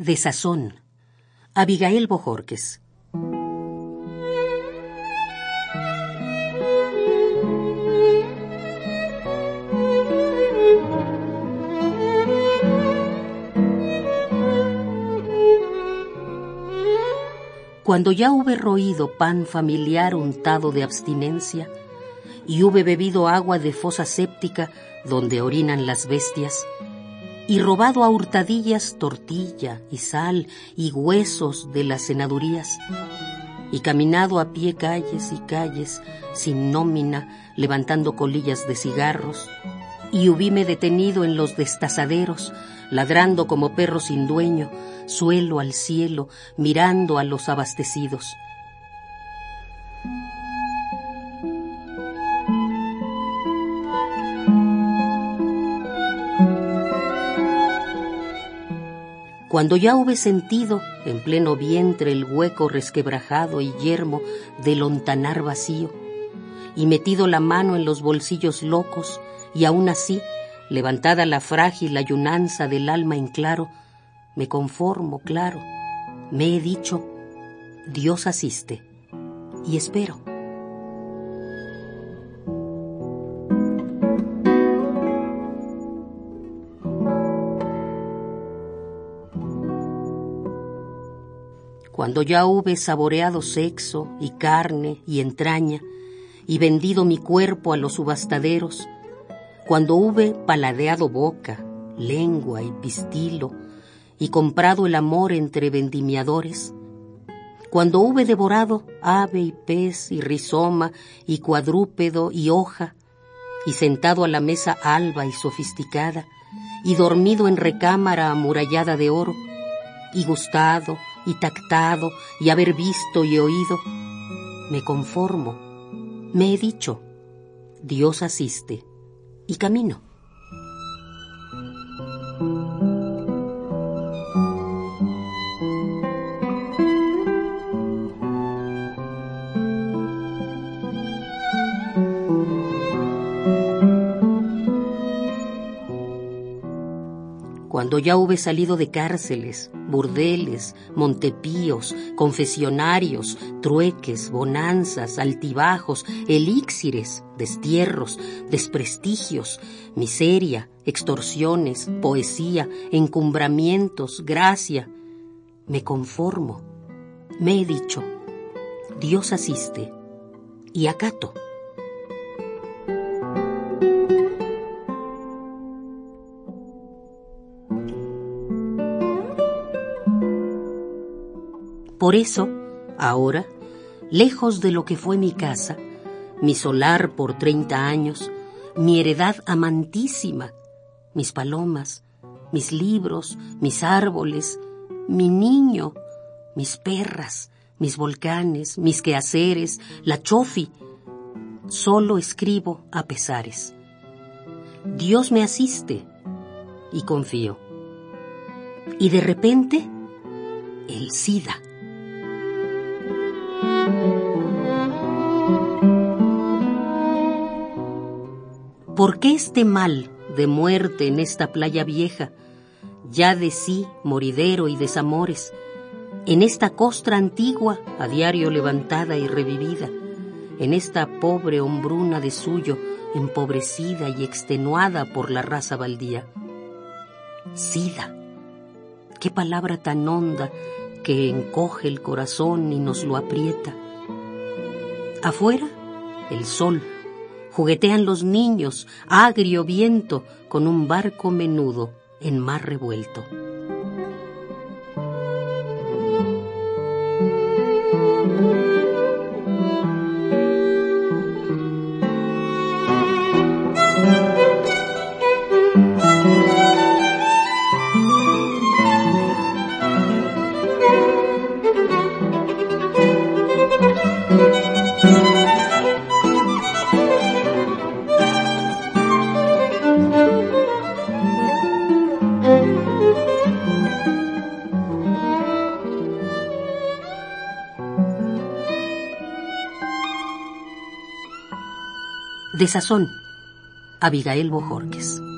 Desazón. Abigail Bojorquez. Cuando ya hube roído pan familiar untado de abstinencia, y hube bebido agua de fosa séptica donde orinan las bestias, y robado a hurtadillas tortilla y sal y huesos de las cenadurías, y caminado a pie calles y calles sin nómina, levantando colillas de cigarros, y hubíme detenido en los destazaderos, ladrando como perro sin dueño, suelo al cielo, mirando a los abastecidos. Cuando ya hube sentido en pleno vientre el hueco resquebrajado y yermo del ontanar vacío, y metido la mano en los bolsillos locos, y aún así, levantada la frágil ayunanza del alma en claro, me conformo, claro, me he dicho, Dios asiste, y espero. Cuando ya hube saboreado sexo y carne y entraña, y vendido mi cuerpo a los subastaderos, cuando hube paladeado boca, lengua y pistilo, y comprado el amor entre vendimiadores, cuando hube devorado ave y pez y rizoma y cuadrúpedo y hoja, y sentado a la mesa alba y sofisticada, y dormido en recámara amurallada de oro, y gustado y tactado y haber visto y oído, me conformo, me he dicho, Dios asiste, y camino. Cuando ya hube salido de cárceles, burdeles, montepíos, confesionarios, trueques, bonanzas, altibajos, elixires, destierros, desprestigios, miseria, extorsiones, poesía, encumbramientos, gracia, me conformo, me he dicho, Dios asiste, y acato. Por eso, ahora, lejos de lo que fue mi casa, mi solar por 30 años, mi heredad amantísima, mis palomas, mis libros, mis árboles, mi niño, mis perras, mis volcanes, mis quehaceres, la chofi, solo escribo a pesares. Dios me asiste y confío. Y de repente, el SIDA. ¿Por qué este mal de muerte en esta playa vieja, ya de sí moridero y desamores, en esta costra antigua a diario levantada y revivida, en esta pobre hombruna de suyo, empobrecida y extenuada por la raza baldía? SIDA, qué palabra tan honda que encoge el corazón y nos lo aprieta. Afuera, el sol, juguetean los niños, agrio viento, con un barco menudo en mar revuelto. Desazón. Abigail Bojorquez.